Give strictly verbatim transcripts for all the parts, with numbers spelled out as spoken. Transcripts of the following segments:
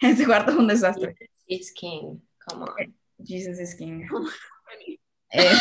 Ese cuarto es un desastre. It's king, come on. Jesus is king. Eh,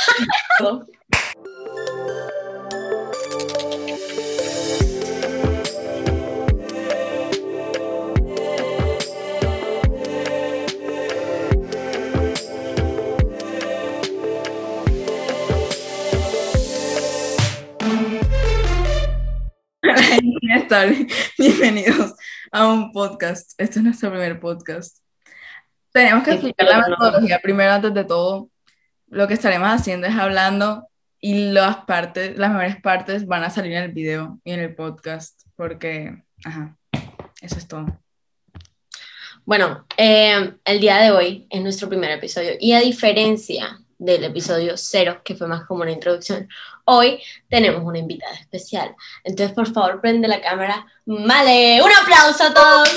Inestable. Bienvenidos a un podcast. Este es nuestro primer podcast. Tenemos que explicar la metodología primero, antes de todo. Lo que estaremos haciendo es hablando y las partes, las mejores partes van a salir en el video y en el podcast, porque, ajá, eso es todo. Bueno, eh, el día de hoy es nuestro primer episodio y a diferencia del episodio cero, que fue más como una introducción, hoy tenemos una invitada especial. Entonces, por favor, prende la cámara. ¡Vale! ¡Un aplauso a todos!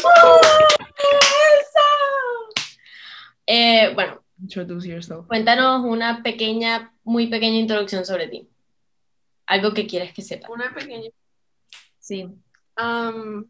eh, bueno, Introduce yourself. Cuéntanos una pequeña, muy pequeña introducción sobre ti. Algo que quieres que sepa. Una pequeña. Sí. Um,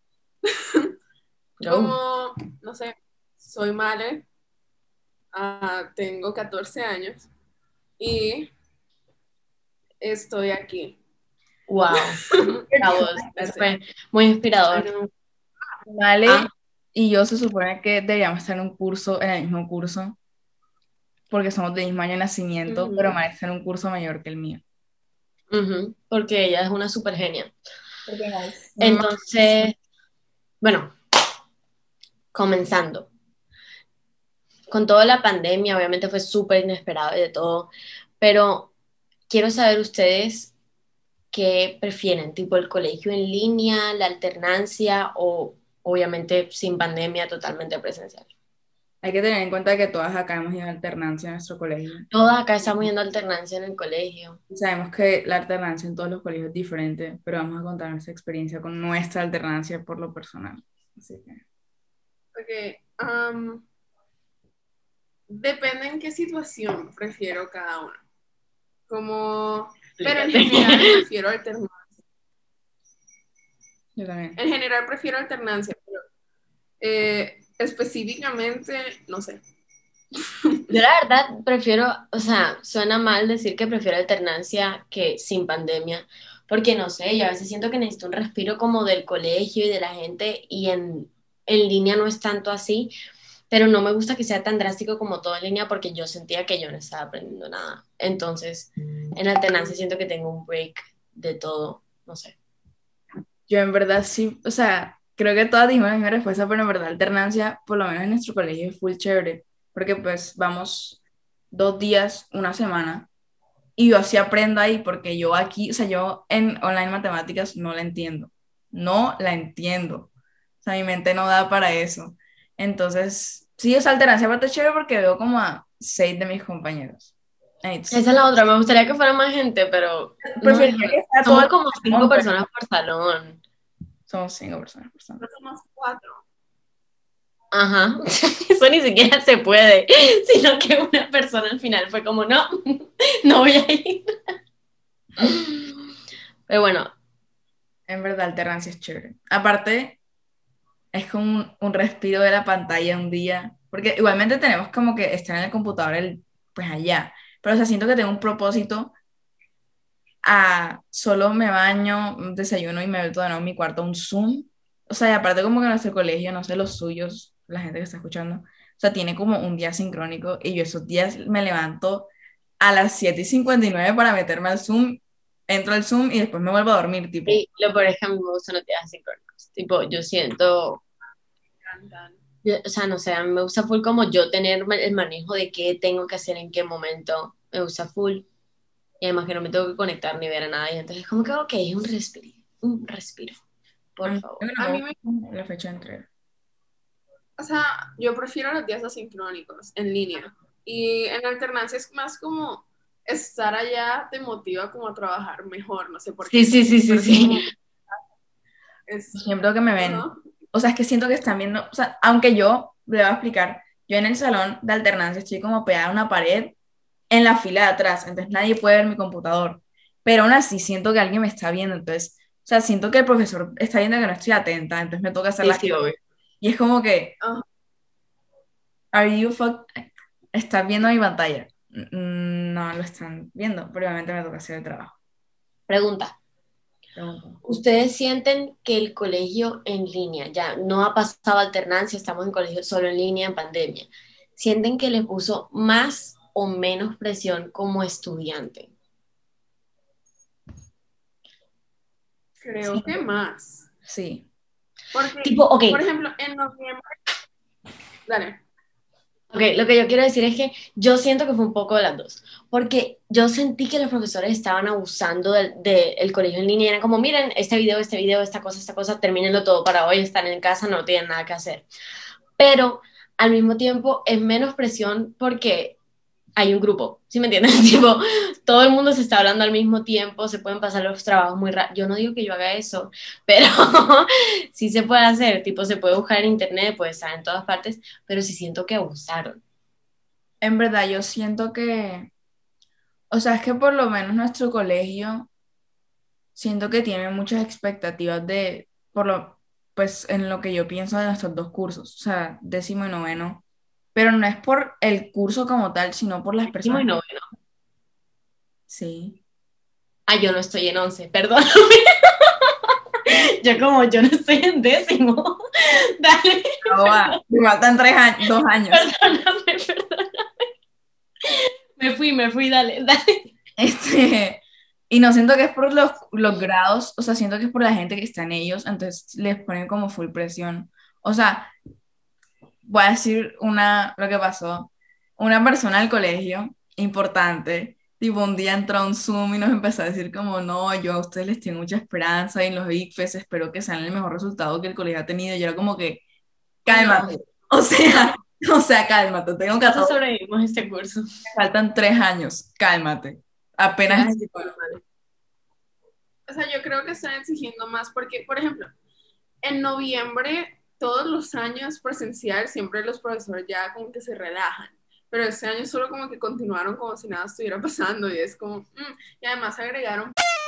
como, no sé, soy Male, uh, tengo catorce años y estoy aquí. Wow. Eso fue muy inspirador. Vale, ah. Y yo se supone que deberíamos estar en un curso, en el mismo curso, porque somos del mismo año de nacimiento, uh-huh. Pero Male está en un curso mayor que el mío. Uh-huh. Porque ella es una super genia. Entonces, bueno, comenzando. Con toda la pandemia, obviamente fue súper inesperado y de todo, pero quiero saber ustedes qué prefieren, tipo el colegio en línea, la alternancia o obviamente sin pandemia totalmente presencial. Hay que tener en cuenta que todas acá hemos ido a alternancia en nuestro colegio. Todas acá estamos yendo a alternancia en el colegio. Y sabemos que la alternancia en todos los colegios es diferente, pero vamos a contar nuestra experiencia con nuestra alternancia por lo personal. Así que... Ok, um, depende en qué situación prefiero cada uno. Como... Pero en general prefiero alternancia. Yo también. En general prefiero alternancia, pero eh, específicamente, no sé. Yo la verdad prefiero, o sea, suena mal decir que prefiero alternancia que sin pandemia, porque no sé, yo a veces siento que necesito un respiro como del colegio y de la gente y en, en línea no es tanto así, pero no me gusta que sea tan drástico como todo en línea porque yo sentía que yo no estaba aprendiendo nada. Entonces, en alternancia siento que tengo un break de todo, no sé. Yo en verdad sí, o sea, creo que todas dijimos la misma respuesta, pero en verdad alternancia, por lo menos en nuestro colegio, es full chévere, porque pues vamos dos días, una semana, y yo así aprendo ahí, porque yo aquí, o sea, yo en online matemáticas no la entiendo, no la entiendo, o sea, mi mente no da para eso. Entonces, sí, es alternancia, pero está chévere porque veo como a seis de mis compañeros. Esa es la otra, me gustaría que fuera más gente, pero preferiría no, que sea somos todo como cinco salón, personas por salón. Somos cinco personas por salón. No somos cuatro. Ajá, eso ni siquiera se puede, sino que una persona al final fue como, no, no voy a ir. Pero bueno. En verdad, alternancia es chévere. Aparte, es como un, un respiro de la pantalla un día, porque igualmente tenemos como que estar en el computador el, pues allá, pero o sea, siento que tengo un propósito a solo me baño, desayuno y me meto de nuevo en mi cuarto a un Zoom, o sea, y aparte como que nuestro colegio, no sé, los suyos, la gente que está escuchando, o sea, tiene como un día sincrónico y yo esos días me levanto a las siete y cincuenta y nueve para meterme al Zoom, entro al Zoom y después me vuelvo a dormir, tipo. Y lo peor es que a mí me gustan los días sincrónicos, tipo, yo siento... Yo, o sea, no sé, a mí me gusta full como yo tener el manejo de qué tengo que hacer en qué momento, me gusta full, y además que no me tengo que conectar ni ver a nadie, entonces como que, ok, un respiro, un respiro, por a favor. A mí me la fecha de entrega. O sea, yo prefiero los días asincrónicos, en línea, y en alternancia es más como estar allá te motiva como a trabajar mejor, no sé por qué. Sí, sí, sí, sí, sí. Es... Siento que me ven, uh-huh. O sea, es que siento que están viendo, o sea, aunque yo, le voy a explicar, yo en el salón de alternancia estoy como pegada a una pared en la fila de atrás, entonces nadie puede ver mi computador, pero aún así siento que alguien me está viendo, entonces, o sea, siento que el profesor está viendo que no estoy atenta, entonces me toca hacer sí, la sí, obvio. Y es como que, Ajá. are you fuck... ¿Estás viendo mi pantalla? Mm, No lo están viendo, pero obviamente me toca hacer el trabajo. Pregunta. Pregunta. ¿Ustedes sienten que el colegio en línea, ya no ha pasado alternancia, estamos en colegio solo en línea en pandemia, sienten que les puso más o menos presión como estudiante? Creo Sí, que más. sí. Porque, Tipo, ok, por ejemplo, en noviembre, dale. ok, lo que yo quiero decir es que yo siento que fue un poco de las dos, porque yo sentí que los profesores estaban abusando del, del colegio en línea, eran como, miren, este video, este video, esta cosa, esta cosa, termínenlo todo para hoy, están en casa, no tienen nada que hacer. Pero al mismo tiempo es menos presión porque hay un grupo, ¿sí me entiendes? Tipo, todo el mundo se está hablando al mismo tiempo, se pueden pasar los trabajos muy rápido. Yo no digo que yo haga eso, pero sí se puede hacer, tipo, se puede buscar en internet, puede estar en todas partes, pero sí siento que abusaron. En verdad, yo siento que, o sea, es que por lo menos nuestro colegio, siento que tiene muchas expectativas de, por lo, pues en lo que yo pienso de nuestros dos cursos, o sea, décimo y noveno, pero no es por el curso como tal, sino por las Y muy personas. noveno. Sí. Ah, yo no estoy en once, perdón. Yo como, yo no estoy en décimo. Dale, No va, me faltan tres años, dos años. perdóname, perdón. Me fui, me fui, dale, dale. Este, y no siento que es por los, los grados, o sea, siento que es por la gente que está en ellos, entonces les ponen como full presión. O sea, voy a decir una, lo que pasó. Una persona del colegio, importante, tipo un día entró a un Zoom y nos empezó a decir como, no, yo a ustedes les tengo mucha esperanza y en los ICFES espero que sean el mejor resultado que el colegio ha tenido. Y yo era como que, No, cálmate, o sea, o sea, cálmate, tengo nosotros catorce, sobrevivimos este curso. me faltan tres años, cálmate. ¿Qué vas a Apenas, decir, hermano? O sea, yo creo que están exigiendo más porque, por ejemplo, en noviembre, todos los años presencial, siempre los profesores ya como que se relajan. Pero este año solo como que continuaron como si nada estuviera pasando y es como, mm, y además agregaron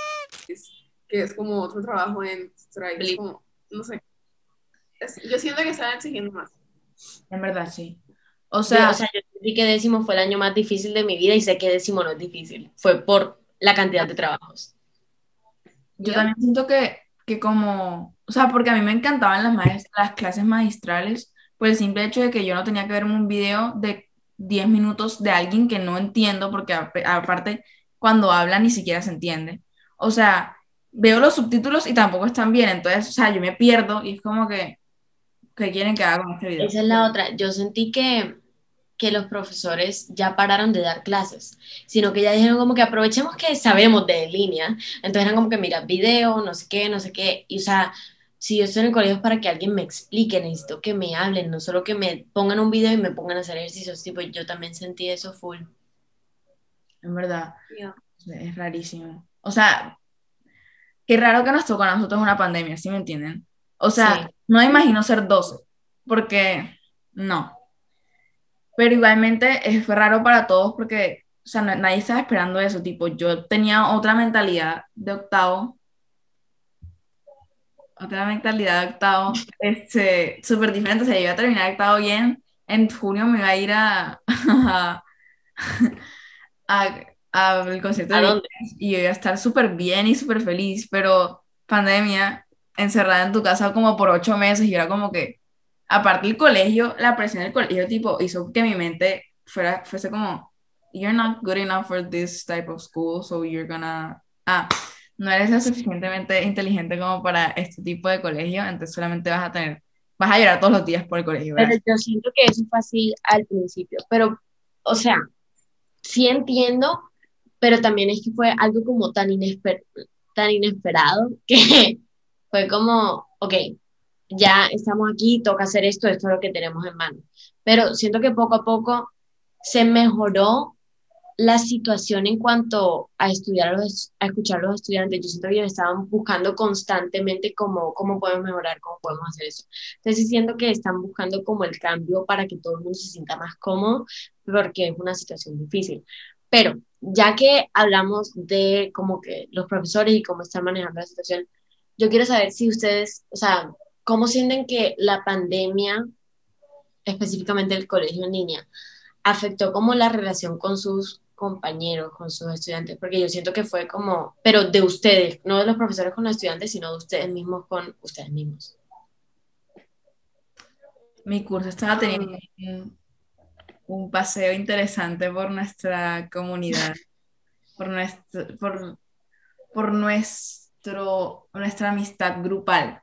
que es como otro trabajo en strike, es como, no sé, es- yo siento que están exigiendo más. en verdad, sí. O Yo, o sea, sea, yo sentí que décimo fue el año más difícil de mi vida y sé que décimo no es difícil. Fue por la cantidad de trabajos. yo ¿Ya? también siento que, que como, o sea, porque a mí me encantaban las, maes- las clases magistrales, por el simple hecho de que yo no tenía que verme un video de diez minutos de alguien que no entiendo, porque a- aparte, cuando habla ni siquiera se entiende. O sea, veo los subtítulos y tampoco están bien, entonces, o sea, yo me pierdo y es como que, ¿qué quieren que haga con este video? Esa es la otra. Yo sentí que, que los profesores ya pararon de dar clases, sino que ya dijeron como que aprovechemos que sabemos de línea. Entonces eran como que mira, video, no sé qué, no sé qué. Y o sea, si yo estoy en el colegio es para que alguien me explique, necesito que me hablen, no solo que me pongan un video y me pongan a hacer ejercicios. Tipo, yo también sentí eso full. En verdad, Ya. es rarísimo. O sea, qué raro que nos tocó a nosotros una pandemia, ¿sí me entienden? O Sí. sea, no me imagino ser doce porque no. Pero igualmente es, fue raro para todos porque, o sea, na- nadie estaba esperando eso. Tipo, yo tenía otra mentalidad de octavo, otra mentalidad de octavo, este, súper diferente. O sea, yo iba a terminar octavo bien. En junio me iba a ir a, a, a- al concierto ¿A de dónde? B T S y yo iba a estar súper bien y súper feliz, pero pandemia, encerrada en tu casa como por ocho meses y era como que, aparte del colegio, la presión del colegio tipo hizo que mi mente fuera, fuese como, you're not good enough for this type of school, so you're gonna, ah, no eres lo suficientemente inteligente como para este tipo de colegio, entonces solamente vas a tener, vas a llorar todos los días por el colegio, Pero ¿verdad? yo siento que eso fue así al principio. Pero, o sea, sí entiendo, pero también es que fue algo como tan inesper- tan inesperado que fue como, ok, ya estamos aquí, toca hacer esto, esto es lo que tenemos en mano. Pero siento que poco a poco se mejoró la situación en cuanto a estudiar a, los, a escuchar a los estudiantes. Yo siento que ellos estaban buscando constantemente cómo, cómo podemos mejorar, cómo podemos hacer eso. Entonces sí siento que están buscando como el cambio para que todo el mundo se sienta más cómodo, porque es una situación difícil. Pero ya que hablamos de como que los profesores y cómo están manejando la situación, yo quiero saber si ustedes, o sea, ¿cómo sienten que la pandemia, específicamente el colegio en línea, afectó como la relación con sus compañeros, con sus estudiantes? Porque yo siento que fue como, pero de ustedes, no de los profesores con los estudiantes, sino de ustedes mismos con ustedes mismos. Mi curso estaba teniendo Um, un, un paseo interesante por nuestra comunidad, por nuestro, por, por nuestro, nuestra amistad grupal.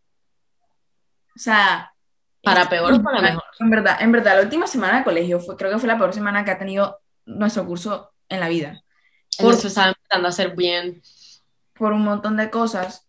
O sea, ¿Para es- peor o para mejor? en verdad, en verdad, la última semana de colegio fue, creo que fue la peor semana que ha tenido nuestro curso en la vida, El por, nuestro estaba empezando a ser bien. por un montón de cosas.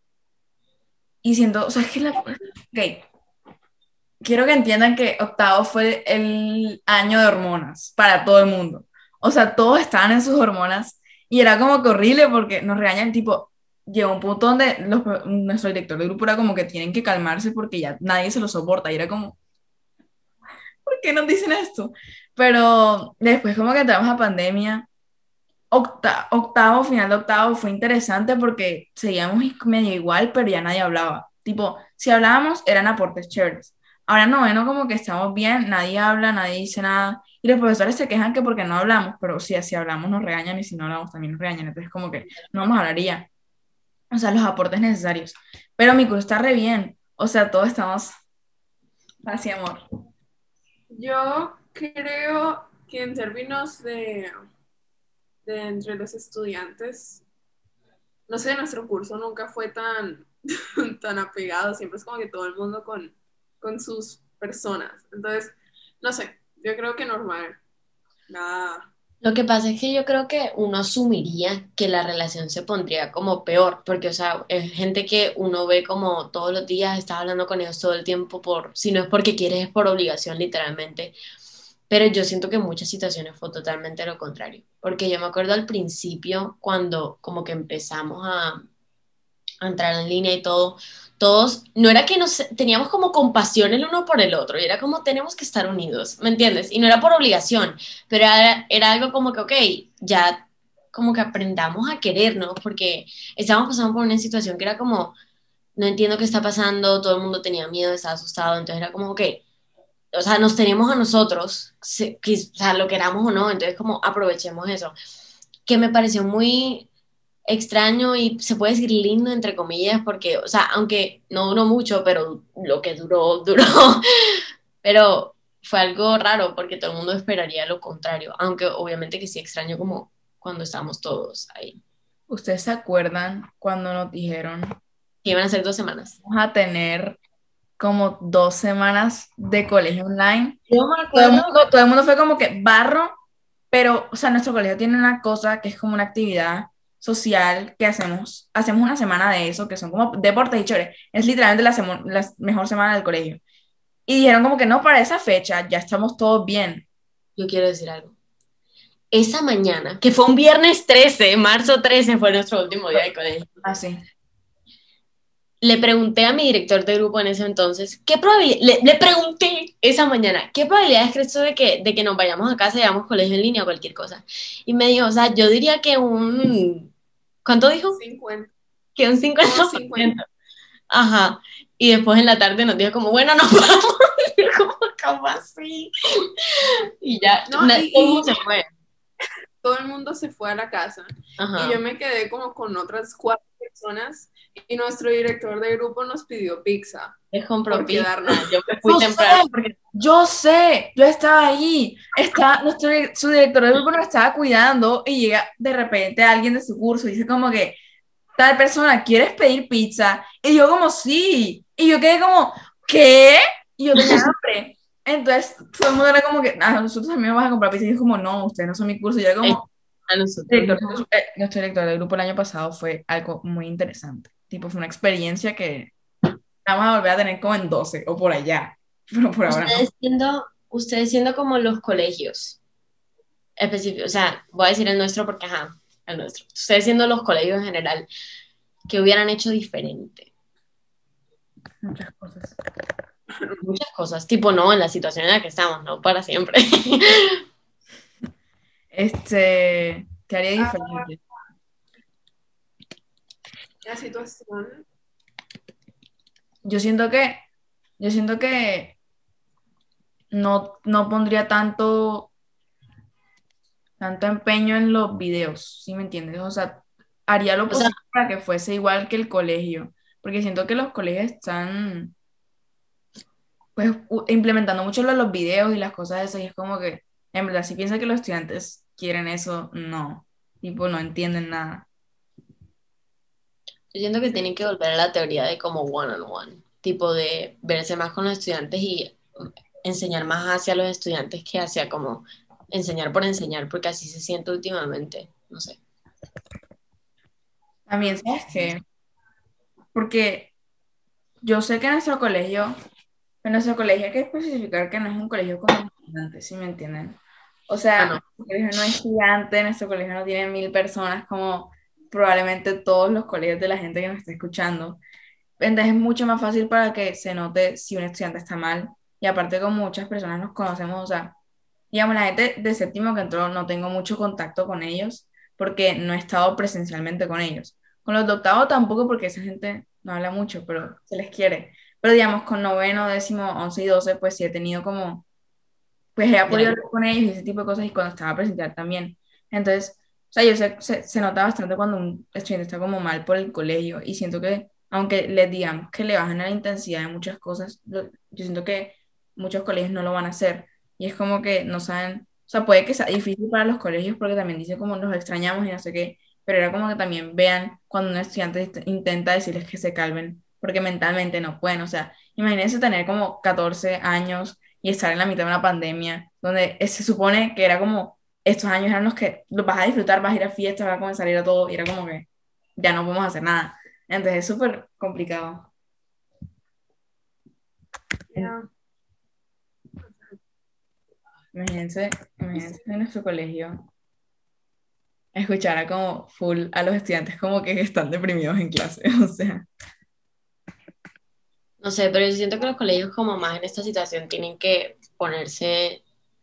Y siento, o sea, es que la... Ok, quiero que entiendan que octavo fue el año de hormonas para todo el mundo. O sea, todos estaban en sus hormonas y era como que horrible porque nos regañan, tipo, llegó un punto donde los, nuestro director de grupo era como que tienen que calmarse porque ya nadie se lo soporta y era como, ¿por qué nos dicen esto? Pero después como que entramos a pandemia, octa- octavo, final de octavo fue interesante porque seguíamos medio igual, pero ya nadie hablaba. Tipo, si hablábamos eran aportes chéveres. Ahora no, bueno, como que estamos bien, nadie habla, nadie dice nada. Y los profesores se quejan que porque no hablamos, pero si así hablamos nos regañan y si no hablamos también nos regañan. Entonces como que no vamos a hablar y ya. O sea, los aportes necesarios. Pero mi curso está re bien. O sea, todos estamos así, amor. yo creo que en términos de, de entre los estudiantes, no sé, nuestro curso nunca fue tan, tan apegado, siempre es como que todo el mundo con, con sus personas. Entonces, no sé, yo creo que normal, nada. Lo que pasa es que yo creo que uno asumiría que la relación se pondría como peor, porque, o sea, es gente que uno ve como todos los días, estás hablando con ellos todo el tiempo por, si no es porque quieres, es por obligación, literalmente. Pero yo siento que en muchas situaciones fue totalmente lo contrario, porque yo me acuerdo al principio, cuando como que empezamos a, a entrar en línea y todo, todos, no era que nos teníamos como compasión el uno por el otro, y era como tenemos que estar unidos, ¿me entiendes? Y no era por obligación, pero era, era algo como que, ok, ya como que aprendamos a querernos, porque estábamos pasando por una situación que era como, no entiendo qué está pasando, todo el mundo tenía miedo, estaba asustado, entonces era como, ok, o sea, nos tenemos a nosotros, se- que, o sea, lo queramos o no, entonces como aprovechemos eso, que me pareció muy extraño y se puede decir lindo, entre comillas, porque, o sea, aunque no duró mucho, pero lo que duró, duró, pero fue algo raro porque todo el mundo esperaría lo contrario, aunque obviamente que sí extraño como cuando estábamos todos ahí. ¿Ustedes se acuerdan cuando nos dijeron Que iban a ser dos semanas. vamos a tener como dos semanas de colegio online? Yo me Todo el acuerdo, mundo, todo el mundo fue como que barro, pero, o sea, nuestro colegio tiene una cosa que es como una actividad social que hacemos, hacemos una semana de eso, que son como deportes y chores. Es literalmente la, semo- la mejor semana del colegio. Y dijeron como que no, para esa fecha ya estamos todos bien. yo quiero decir algo. Esa mañana, que fue un viernes trece, marzo trece fue nuestro último día de colegio. Así. Le pregunté a mi director de grupo en ese entonces, ¿qué probabilidad? Le, le pregunté esa mañana, ¿qué probabilidades crees tú de que, de que nos vayamos a casa y hagamos colegio en línea o cualquier cosa? Y me dijo, o sea, yo diría que un, ¿cuánto dijo? cincuenta, Que un como cincuenta por cincuenta. ciento. Ajá. Y después en la tarde nos dijo como, bueno, nos vamos. Y yo como, ¿cómo así? Y ya, No, na- todo el mundo y, se y fue. todo el mundo se fue a la casa y Ajá. yo me quedé como con otras cuatro personas y nuestro director de grupo nos pidió pizza Les compró por pizza. quedarnos. Yo me fui Yo temprano sé, porque yo sé, yo estaba ahí. Está, nuestro, su director del grupo nos estaba cuidando y llega de repente alguien de su curso y dice como que tal persona, ¿quieres pedir pizza? Y yo como sí. Y yo quedé como, ¿qué? Y yo tenía hambre. Entonces todo el mundo era como que, ah, nosotros también vamos a comprar pizza. Y yo como, no, ustedes no son mi curso. Y yo como, a nosotros director, no. eh, nuestro director del grupo el año pasado fue algo muy interesante. Tipo, fue una experiencia que vamos a volver a tener como en doce o por allá. Pero por ahora no. Ustedes siendo, ustedes siendo como los colegios específicos, o sea, voy a decir el nuestro porque, ajá, el nuestro. Ustedes siendo los colegios en general, ¿qué hubieran hecho diferente? Muchas cosas. Muchas cosas, tipo, no, en la situación en la que estamos, no para siempre. Este, ¿qué haría Ah, diferente? la situación, Yo siento que Yo siento que no, no pondría tanto, tanto empeño en los videos, ¿sí me entiendes? O sea, haría lo O sea, posible para que fuese igual que el colegio, porque siento que los colegios están pues u- implementando mucho lo de los videos y las cosas esas, y es como que, en verdad, si piensa que los estudiantes quieren eso, no, tipo, no entienden nada. yo siento que tienen que volver a la teoría de como one on one, tipo de verse más con los estudiantes y enseñar más hacia los estudiantes que hacia como enseñar por enseñar, porque así se siente últimamente, no sé. También, ¿sabes qué? Porque yo sé que nuestro colegio, en nuestro colegio hay que especificar que no es un colegio como estudiantes, ¿sí me entienden? O Ah, sea, no. nuestro colegio no es gigante, nuestro colegio no tiene mil personas como probablemente todos los colegios de la gente que nos está escuchando. Entonces es mucho más fácil para que se note si un estudiante está mal. Y aparte con muchas personas nos conocemos, o sea, digamos, la gente de séptimo que entró no tengo mucho contacto con ellos porque no he estado presencialmente con ellos. Con los de octavo tampoco porque esa gente no habla mucho, pero se les quiere. Pero digamos, con noveno, décimo, once y doce, pues sí he tenido como, pues he podido Diálogo. hablar con ellos y ese tipo de cosas y cuando estaba presencial también. Entonces, o sea, yo sé, se, se nota bastante cuando un estudiante está como mal por el colegio y siento que, aunque les digamos que le bajan a la intensidad de muchas cosas, lo- yo siento que muchos colegios no lo van a hacer y es como que no saben, o sea, puede que sea difícil para los colegios porque también dicen como nos extrañamos y no sé qué, pero era como que también vean cuando un estudiante int- intenta decirles que se calmen porque mentalmente no pueden, o sea, imagínense tener como catorce años y estar en la mitad de una pandemia, donde eh, se supone que era como, estos años eran los que los vas a disfrutar, vas a ir a fiestas, vas a comenzar a ir a todo, y era como que ya no podemos hacer nada. Entonces es súper complicado. En- Ya. Imagínense, imagínense en nuestro colegio escuchar a como full a los estudiantes como que están deprimidos en clase, o sea, No sé, pero yo siento que los colegios como más en esta situación tienen que ponerse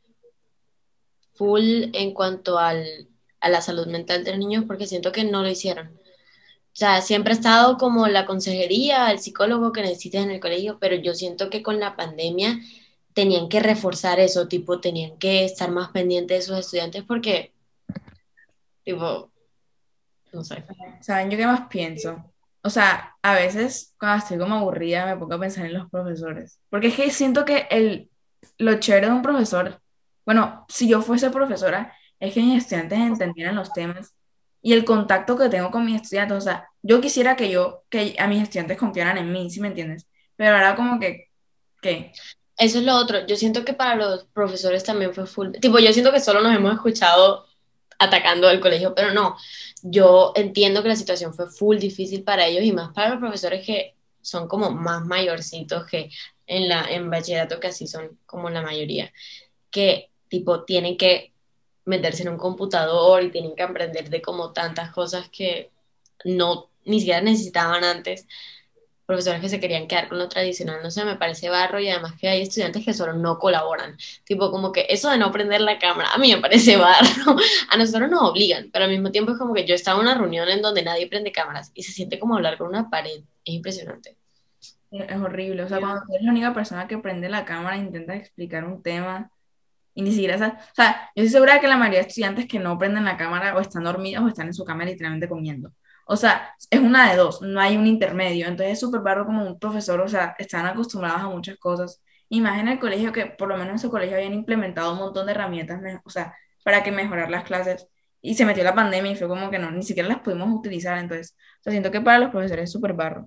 full en cuanto al, a la salud mental de los niños porque siento que no lo hicieron. O sea, siempre ha estado como la consejería, el psicólogo que necesitas en el colegio, pero yo siento que con la pandemia tenían que reforzar eso, tipo, tenían que estar más pendientes de sus estudiantes porque, tipo, no sé. ¿saben yo qué más pienso? O sea, a veces cuando estoy como aburrida me pongo a pensar en los profesores, porque es que siento que el, lo chévere de un profesor, bueno, si yo fuese profesora, es que mis estudiantes entendieran los temas y el contacto que tengo con mis estudiantes, o sea, yo quisiera que yo, que a mis estudiantes confiaran en mí, ¿sí me entiendes? Pero ahora como que, ¿qué? Eso es lo otro. Yo siento que para los profesores también fue full. Tipo, yo siento que solo nos hemos escuchado atacando al colegio, pero no. Yo entiendo que la situación fue full difícil para ellos y más para los profesores que son como más mayorcitos que en la en bachillerato que así son como la mayoría, que tipo tienen que meterse en un computador y tienen que aprender de como tantas cosas que no ni siquiera necesitaban antes, profesores que se querían quedar con lo tradicional, no sé, me parece barro y además que hay estudiantes que solo no colaboran, tipo como que eso de no prender la cámara, a mí me parece barro, a nosotros nos obligan, pero al mismo tiempo es como que yo estaba en una reunión en donde nadie prende cámaras y se siente como hablar con una pared, es impresionante. Es horrible, o sea, Ya. cuando tú eres la única persona que prende la cámara e intenta explicar un tema. Y ni siquiera, sa- o sea, yo estoy segura de que la mayoría de estudiantes que no prenden la cámara o están dormidos o están en su cama literalmente comiendo. O sea, es una de dos, no hay un intermedio. Entonces es súper raro como un profesor, o sea, están acostumbrados a muchas cosas. Y más en el colegio que por lo menos en su colegio habían implementado un montón de herramientas, me- o sea, para que mejorar las clases. Y se metió la pandemia y fue como que no, ni siquiera las pudimos utilizar. Entonces, o sea, siento que para los profesores es súper barro.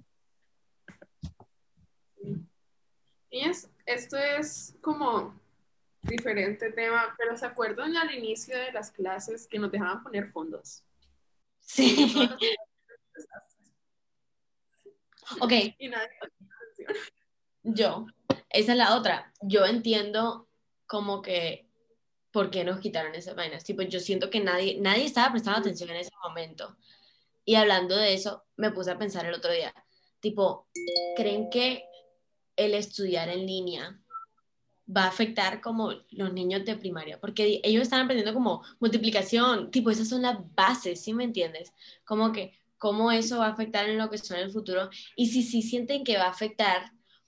Niñas, esto es como diferente tema, pero ¿se acuerdan al inicio de las clases que nos dejaban poner fondos? Y que Sí, todas las ok, y nadie ponía atención. yo, esa es la otra, yo entiendo como que por qué nos quitaron esas vainas, tipo, yo siento que nadie, nadie estaba prestando atención en ese momento. Y hablando de eso, me puse a pensar el otro día, tipo, ¿creen que el estudiar en línea va a afectar como los niños de primaria? Porque ellos están aprendiendo como multiplicación, tipo, esas son las bases, ¿sí me entiendes? Como que, cómo eso va a afectar en lo que son en el futuro. Y si sí sienten que va a afectar,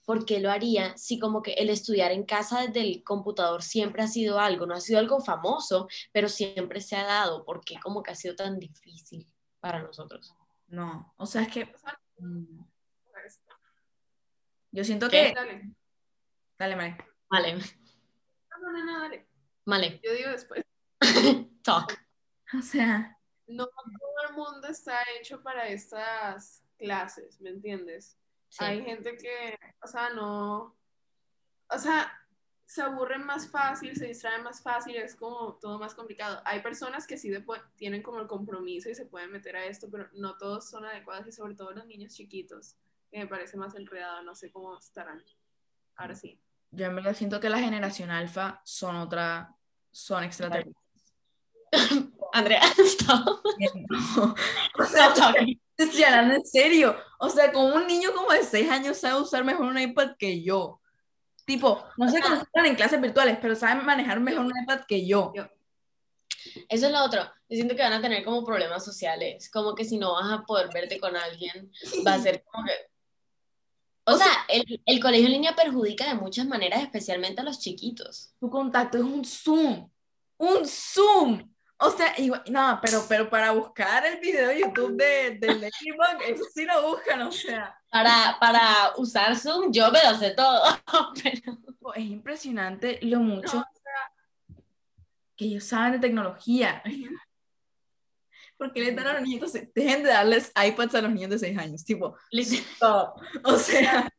¿por qué lo haría si como que el estudiar en casa desde el computador siempre ha sido algo, no ha sido algo famoso, pero siempre se ha dado? ¿Por qué como que ha sido tan difícil para nosotros? No, o sea, es que O sea, mm, pues, yo siento que, ¿Qué? dale. dale, Mari. Vale, No, no, no, no, dale. vale. Yo digo después. Talk. O sea, No todo el mundo está hecho para estas clases, ¿me entiendes? Hay Sí. gente que, o sea, no, o sea, se aburren más fácil, se distraen más fácil, es como todo más complicado. Hay personas que sí de- tienen como el compromiso y se pueden meter a esto, pero no todos son adecuados y sobre todo los niños chiquitos, que me parece más enredado, no sé cómo estarán. Ahora sí. yo en verdad siento que la generación alfa son otra, son Vale. extraterrestres. Andrea, stop. No. O sea, Stop talking. te estoy hablando en serio. O sea, como un niño como de seis años sabe usar mejor un iPad que yo. Tipo, no O sé cómo sea, están en clases virtuales, pero saben manejar mejor un iPad que yo. Yo, eso es lo otro. Yo siento que van a tener como problemas sociales, como que si no vas a poder verte con alguien, va a ser como que... O, O sea, sea, el, el colegio en línea perjudica de muchas maneras, especialmente a los chiquitos. tu contacto es un Zoom. Un Zoom. O sea, igual- no, pero, pero para buscar el video de YouTube de, de Ladybug, eso sí lo buscan, o sea. Para, para usar Zoom, yo me lo sé todo, pero... Es impresionante lo no, mucho que ellos saben de tecnología. ujú. ¿Por qué le dan a los niños? Entonces, dejen de darles iPads a los niños de seis años. Tipo, Literal. stop. O sea,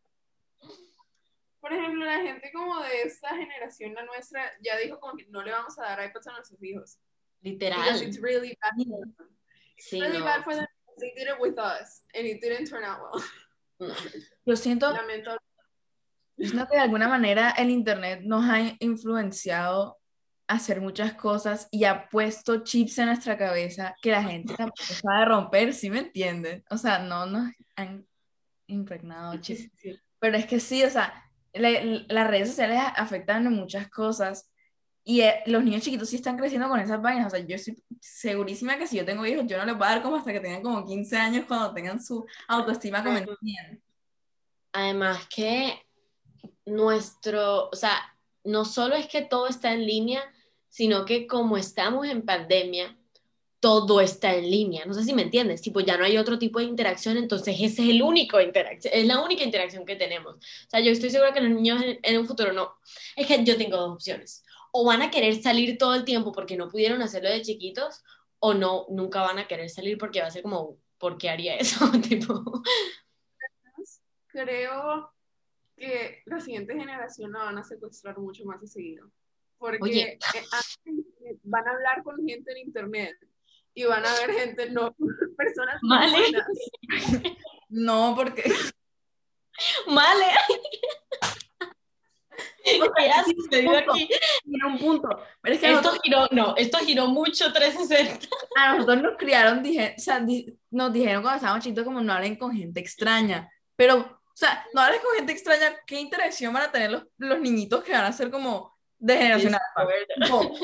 Por ejemplo, la gente como de esta generación, la nuestra, ya dijo como que no le vamos a dar iPads a nuestros hijos. Because it's really bad for them. It's Sí, really no, bad for them. They did it with us, and it didn't turn out well. no. yo siento, Lamento. yo siento que de alguna manera el Internet nos ha influenciado a hacer muchas cosas y ha puesto chips en nuestra cabeza que la gente tampoco sabe romper, ¿sí me entienden? O sea, no nos han impregnado Sí, chips. sí, sí. Pero es que sí, o sea, le- las redes sociales afectan en muchas cosas y eh, los niños chiquitos sí están creciendo con esas vainas. O sea, yo estoy segurísima que si yo tengo hijos, yo no les voy a dar como hasta que tengan como quince años cuando tengan su autoestima como bien. Además que nuestro, o sea, no solo es que todo está en línea, sino que como estamos en pandemia, todo está en línea. No sé si me entiendes, tipo, ya no hay otro tipo de interacción, entonces ese es el único interacción, es la única interacción que tenemos. O sea, yo estoy segura que los niños en, en un futuro no. Es que yo tengo dos opciones. O van a querer salir todo el tiempo porque no pudieron hacerlo de chiquitos, o no, nunca van a querer salir porque va a ser como, ¿por qué haría eso? Tipo, Creo que la siguiente generación la van a secuestrar mucho más de seguido. oye, Porque eh, van a hablar con gente en internet y van a ver gente, no, personas no Male, buenas. No, porque Male, o sea, ¿qué ha tiene un sucedido punto, aquí? tiene un punto. Pero es que a Esto nosotros, giró, no, esto giró mucho trescientos sesenta. a nosotros nos criaron, dije, o sea, di- nos dijeron cuando estábamos chiquitos como no hablen con gente extraña. Pero, o sea, no hables con gente extraña, ¿qué interacción van a tener los, los niñitos que van a ser como de generación alfa? Discord. Tipo,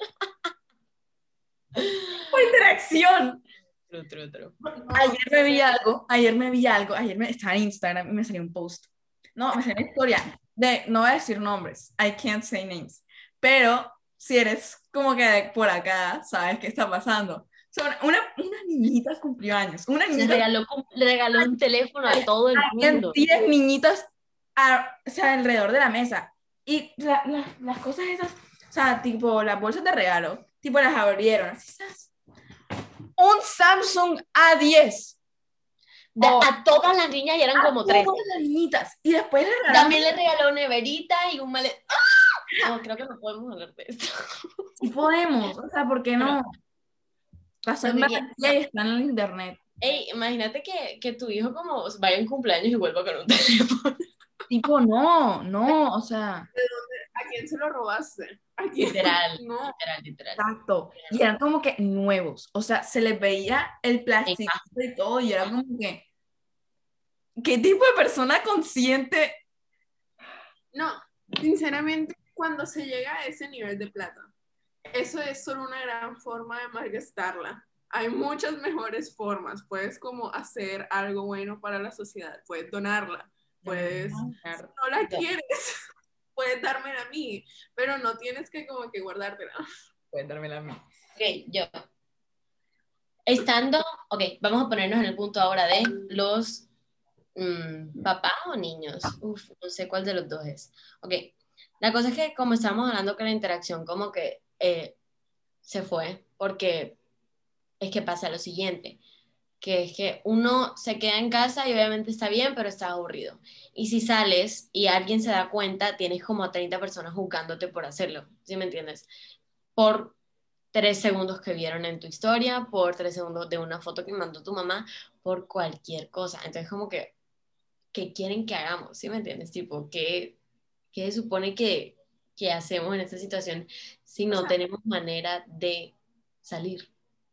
¿qué interacción? True, true, true. Ayer me vi Sí. algo, ayer me vi algo, ayer me estaba en Instagram y me salió un post. No, me salió una historia de, no voy a decir nombres, I can't say names, pero si eres como que de por acá, sabes qué está pasando. Son una, una niñita cumplió años, una Le niñita, regaló, le regaló un teléfono a hay, todo el habían mundo. diez niñitas a- o sea, alrededor de la mesa. Y la- la- las cosas esas, o sea, tipo las bolsas de regalo, tipo las abrieron, así, ¿sabes? Un Samsung A diez. De- Oh, a todas las niñas y eran como todas trece. las niñitas. Y después le regalaron, También le regaló neverita y un malet. No, creo que no podemos hablar de esto. si podemos, o sea, ¿por qué Pero, no? Pasó en así que, Barranquilla y está en el internet. hey, imagínate que, que tu hijo como vaya en cumpleaños y vuelva con un teléfono. Tipo, no, no, o sea, ¿A quién se lo robaste? ¿A quién? Literal, No. literal, literal. exacto. Y eran como que nuevos, o sea, se les veía el En plástico casa. y todo, y era como que, ¿qué tipo de persona consciente? No, sinceramente, cuando se llega a ese nivel de plata, eso es solo una gran forma de malgastarla. Hay muchas mejores formas. Puedes como hacer algo bueno para la sociedad, puedes donarla, puedes, si Claro. no la quieres, puedes dármela a mí, pero no tienes que como que guardártela. Puedes dármela a mí. Ok, yo. Estando, ok, vamos a ponernos en el punto ahora de los mm, papás o niños. Uf, no sé cuál de los dos es. Ok, la cosa es que como estábamos hablando que la interacción como que eh, se fue, porque es que pasa lo siguiente, que es que uno se queda en casa y obviamente está bien, pero está aburrido. Y si sales y alguien se da cuenta, tienes como a treinta personas juzgándote por hacerlo, ¿sí me entiendes? Por tres segundos que vieron en tu historia, por tres segundos de una foto que mandó tu mamá, por cualquier cosa. Entonces como que, ¿qué quieren que hagamos? ¿Sí me entiendes? Tipo, ¿qué, qué se supone que, que hacemos en esta situación si O no sea, tenemos manera de salir?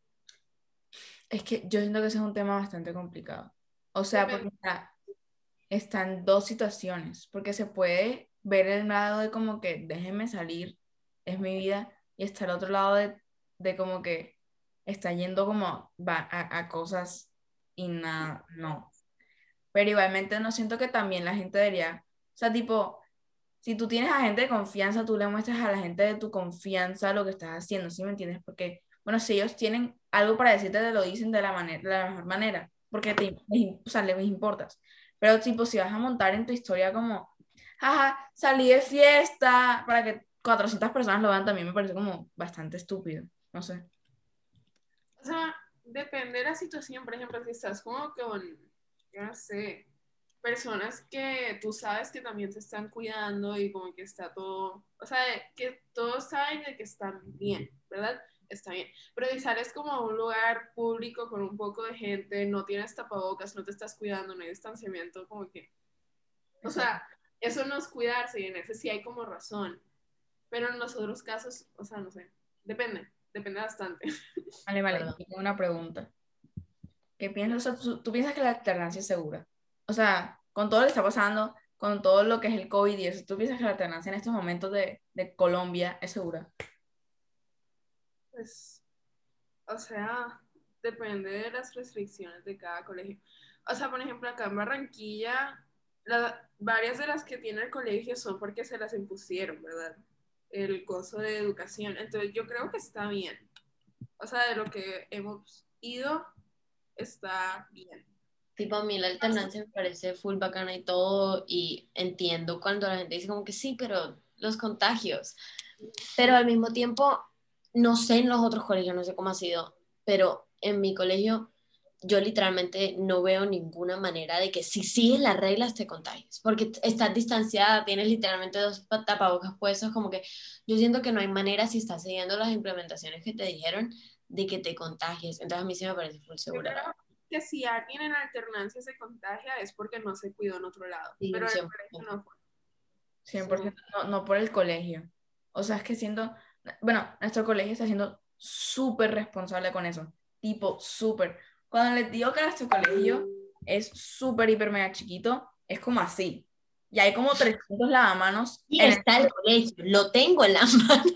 Es que yo siento que ese es un tema bastante complicado. O sea, porque depende. está, están dos situaciones, porque se puede ver el lado de como que déjenme salir, es mi vida, y está el otro lado de, de como que está yendo como va a, a cosas y nada, no. Pero igualmente no siento que también la gente debería, o sea, tipo, si tú tienes a gente de confianza, tú le muestras a la gente de tu confianza lo que estás haciendo, ¿sí me entiendes? Porque, bueno, si ellos tienen algo para decirte, te lo dicen de la manera, de la mejor manera, porque te, les, o sea, les importas. Pero, tipo, si vas a montar en tu historia como, jaja, salí de fiesta, para que cuatrocientas personas lo vean, también me parece como bastante estúpido, no sé. O sea, depende de la situación. Por ejemplo, si estás como con, yo no sé, personas que tú sabes que también te están cuidando y como que está todo, o sea, que todos saben de que están bien, ¿verdad? Está bien. Pero si sales como a un lugar público con un poco de gente, no tienes tapabocas, no te estás cuidando, no hay distanciamiento, como que, o Exacto. sea, eso no es cuidarse y en ese sí hay como razón. Pero en los otros casos, o sea, no sé, depende, depende bastante. Vale, vale, Perdón. yo tengo una pregunta. ¿Qué piensas? O sea, ¿tú, tú piensas que la alternancia es segura? O sea, con todo lo que está pasando, con todo lo que es el COVID y eso, ¿tú piensas que la alternancia en estos momentos de, de Colombia es segura? Pues, o sea, depende de las restricciones de cada colegio. O sea, por ejemplo, acá en Barranquilla, la- varias de las que tiene el colegio son porque se las impusieron, ¿verdad? El costo de educación. Entonces, yo creo que está bien. O sea, de lo que hemos ido, está bien. Tipo, a mí la alternancia me parece full bacana y todo, y entiendo cuando la gente dice como que sí, pero los contagios. Pero al mismo tiempo, no sé en los otros colegios, no sé cómo ha sido, pero en mi colegio yo literalmente no veo ninguna manera de que si sigues las reglas te contagies, porque t- estás distanciada, tienes literalmente dos pa- tapabocas puestos, como que yo siento que no hay manera si estás siguiendo las implementaciones que te dijeron de que te contagies. Entonces a mí sí me parece full Yo segura, la creo verdad. que si alguien en alternancia se contagia es porque no se cuidó en otro lado, Sí, pero un en el cien por colegio ciento. no fue. cien por ciento no, no por el colegio. O sea, es que siento, bueno, nuestro colegio está siendo súper responsable con eso. Tipo, súper. Cuando les digo que nuestro colegio es súper, hiper, mega chiquito, es como así. Y hay como trescientos lavamanos Y en el está el colegio, lo tengo en la mano.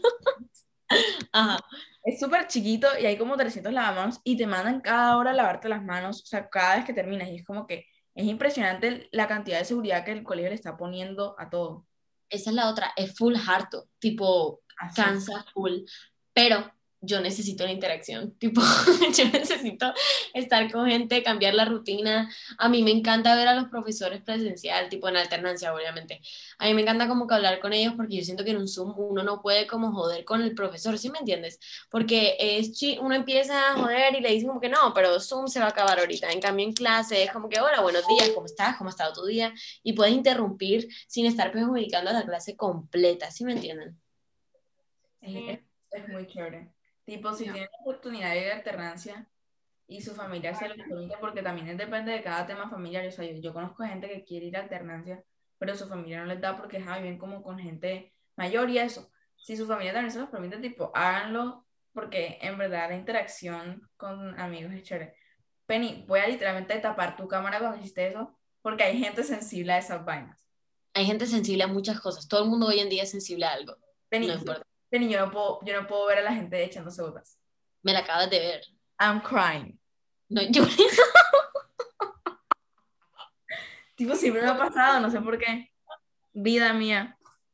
Ajá. Es súper chiquito y hay como trescientos lavamanos y te mandan cada hora a lavarte las manos, o sea, cada vez que terminas. Y es como que es impresionante la cantidad de seguridad que el colegio le está poniendo a todo. Esa es la otra, es full harto, tipo, Así. cansa full, pero yo necesito la interacción, tipo, yo necesito estar con gente, cambiar la rutina. A mí me encanta ver a los profesores presencial, tipo en alternancia, obviamente. A mí me encanta como que hablar con ellos porque yo siento que en un Zoom uno no puede como joder con el profesor, ¿sí me entiendes? Porque es chi- uno empieza a joder y le dicen como que no, pero Zoom se va a acabar ahorita. En cambio en clase es como que, hola, buenos días, ¿cómo estás? ¿Cómo ha estado tu día? Y puedes interrumpir sin estar perjudicando a la clase completa, ¿sí me entienden? Es, es- Sí, es muy chévere. Tipo, si ya. tienen la oportunidad de ir a alternancia y su familia se lo permite, porque también depende de cada tema familiar. O sea, yo, yo conozco gente que quiere ir a alternancia, pero su familia no les da porque ja, viven como con gente mayor y eso. Si su familia también se los permite, tipo, háganlo, porque en verdad la interacción con amigos es chévere. Penny, voy a literalmente tapar tu cámara cuando hiciste eso, porque hay gente sensible a esas vainas. Hay gente sensible a muchas cosas. Todo el mundo hoy en día es sensible a algo. No Penny, importa. Penny, yo no puedo, yo no puedo ver a la gente echándose gotas. Me la acabas de ver. I'm crying. No, yo, Tipo, siempre me ha pasado, no sé por qué. Vida mía.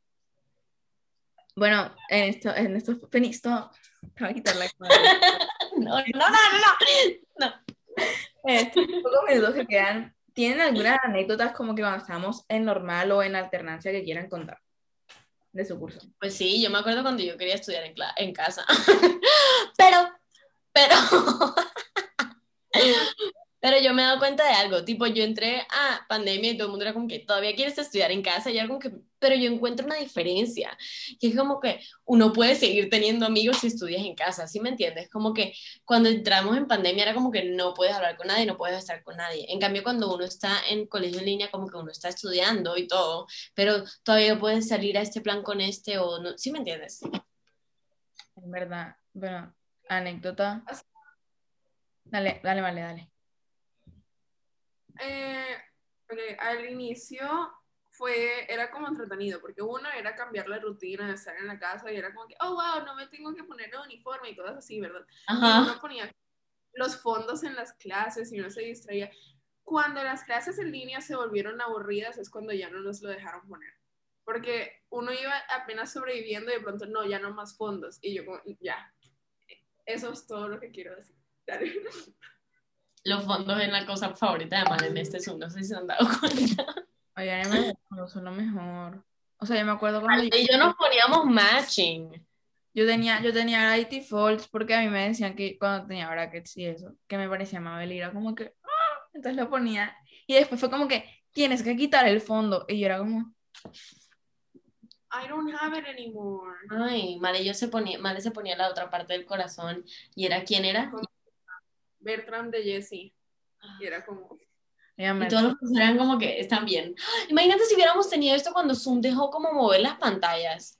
Bueno, en esto, en estos penisto, te voy a quitar la cámara. No, no, no, no, no. En estos pocos minutos que quedan, ¿tienen algunas anécdotas como que cuando estábamos en normal o en alternancia que quieran contar de su curso? Pues sí, yo me acuerdo cuando yo quería estudiar en, cla- en casa. Pero, pero, pero yo me he dado cuenta de algo, tipo, yo entré a pandemia y todo el mundo era como que todavía quieres estudiar en casa y algo que, pero yo encuentro una diferencia, que es como que uno puede seguir teniendo amigos si estudias en casa, ¿sí me entiendes? Como que cuando entramos en pandemia era como que no puedes hablar con nadie, no puedes estar con nadie. En cambio, cuando uno está en colegio en línea, como que uno está estudiando y todo, pero todavía puedes salir a este plan con este o no, ¿sí me entiendes? En verdad, bueno, anécdota. Dale, dale, vale, dale. Eh, ok, al inicio fue, era como entretenido, porque uno era cambiar la rutina de estar en la casa y era como que, oh, wow, no me tengo que poner el uniforme y cosas así, ¿verdad? Y Ajá. uno ponía los fondos en las clases y uno se distraía. Cuando las clases en línea se volvieron aburridas es cuando ya no nos lo dejaron poner. Porque uno iba apenas sobreviviendo y de pronto, no, ya no más fondos. Y yo como, ya, eso es todo lo que quiero decir. Dale. Los fondos es la cosa favorita de Mal en este Zoom, no sé si se han dado cuenta. Oigan, en verdad, no son lo mejor. O sea, yo me acuerdo cuando yo, Y yo nos poníamos matching. yo tenía, yo tenía Gravity Falls porque a mí me decían que cuando tenía brackets y eso, que me parecía Mabel y era como que, ¡ah! Entonces lo ponía. Y después fue como que, tienes que quitar el fondo. Y yo era como, I don't have it anymore. Ay, Male, yo se ponía, Male se ponía la otra parte del corazón y era quién era. Como Bertram de Jessie. Y era como, "Oigan, Y me- todos los profesores eran como que están bien. Imagínate si hubiéramos tenido esto cuando Zoom dejó como mover las pantallas,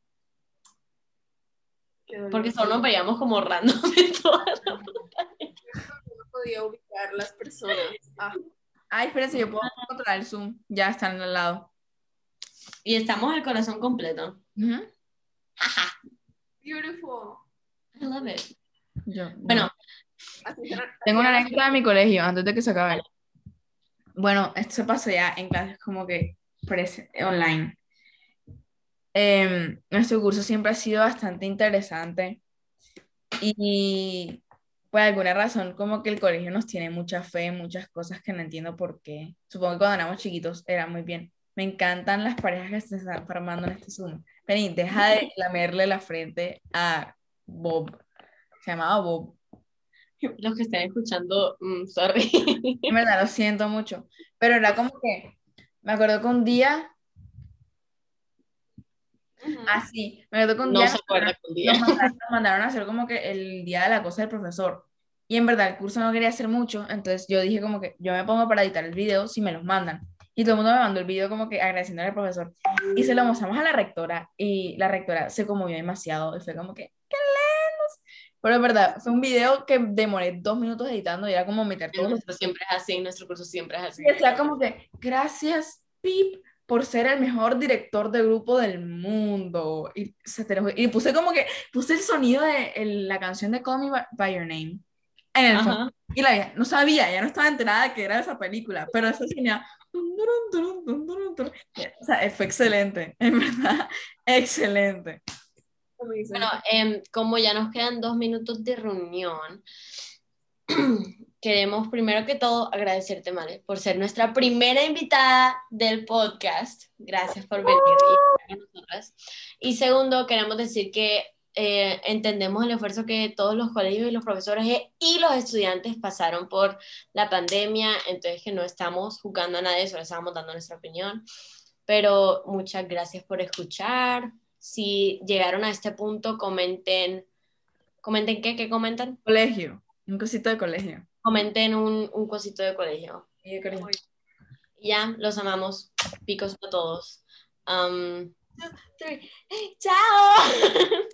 qué dolor. porque solo nos veíamos como random en todas. No podía ubicar las personas. Ah, Ay, espérense, yo puedo controlar el Zoom. Ya están al lado. Y estamos el corazón completo. Ujú. beautiful. I love it. Yo, Bueno, Así será- tengo así una eran las anécdota de mi colegio antes de que se acabe. Bueno, esto se pasó ya en clases como que pres- online. Em, nuestro curso siempre ha sido bastante interesante y por alguna razón como que el colegio nos tiene mucha fe en muchas cosas que no entiendo por qué. Supongo que cuando éramos chiquitos era muy bien. Me encantan las parejas que se están formando en este Zoom. Vení, deja de lamerle la frente a Bob. Se llamaba Bob. los que estén escuchando, mm, sorry. En verdad, lo siento mucho. Pero era como que, me acuerdo que un día, Ujú. así, me acuerdo que un No día se nos acuerda que un día. nos mandaron, nos mandaron a hacer como que el día de la cosa del profesor. Y en verdad el curso no quería hacer mucho, entonces yo dije como que yo me pongo para editar el video si me los mandan. Y todo el mundo me mandó el video como que agradeciéndole al profesor. Y se lo mostramos a la rectora y la rectora se conmovió demasiado y fue como que, ¡qué lindos! Pero en verdad, fue un video que demoré dos minutos editando y era como meter todos los... Nuestro siempre es así, nuestro curso siempre es así. Y decía como que, gracias, Pip, por ser el mejor director de grupo del mundo. Y, se te lo- y puse como que, puse el sonido de el- la canción de Call Me by, by Your Name en el fondo. Ajá. Y la vieja no sabía, ya no estaba enterada de que era esa película, pero eso tenía... O sea, fue excelente, en verdad, excelente. Como dicen. Bueno, em, como ya nos quedan dos minutos de reunión, queremos primero que todo agradecerte, Male, por ser nuestra primera invitada del podcast. Gracias por venir y estar con nosotras. Y segundo, queremos decir que eh, entendemos el esfuerzo que todos los colegios y los profesores e- y los estudiantes pasaron por la pandemia, entonces que no estamos jugando a nadie, solo estamos dando nuestra opinión. Pero muchas gracias por escuchar. Si llegaron a este punto, comenten, comenten qué, qué comentan. Colegio, un cosito de colegio. Comenten un, un cosito de colegio. Y de colegio. Y ya, los amamos. Picos a todos. Um, three. ¡Chao!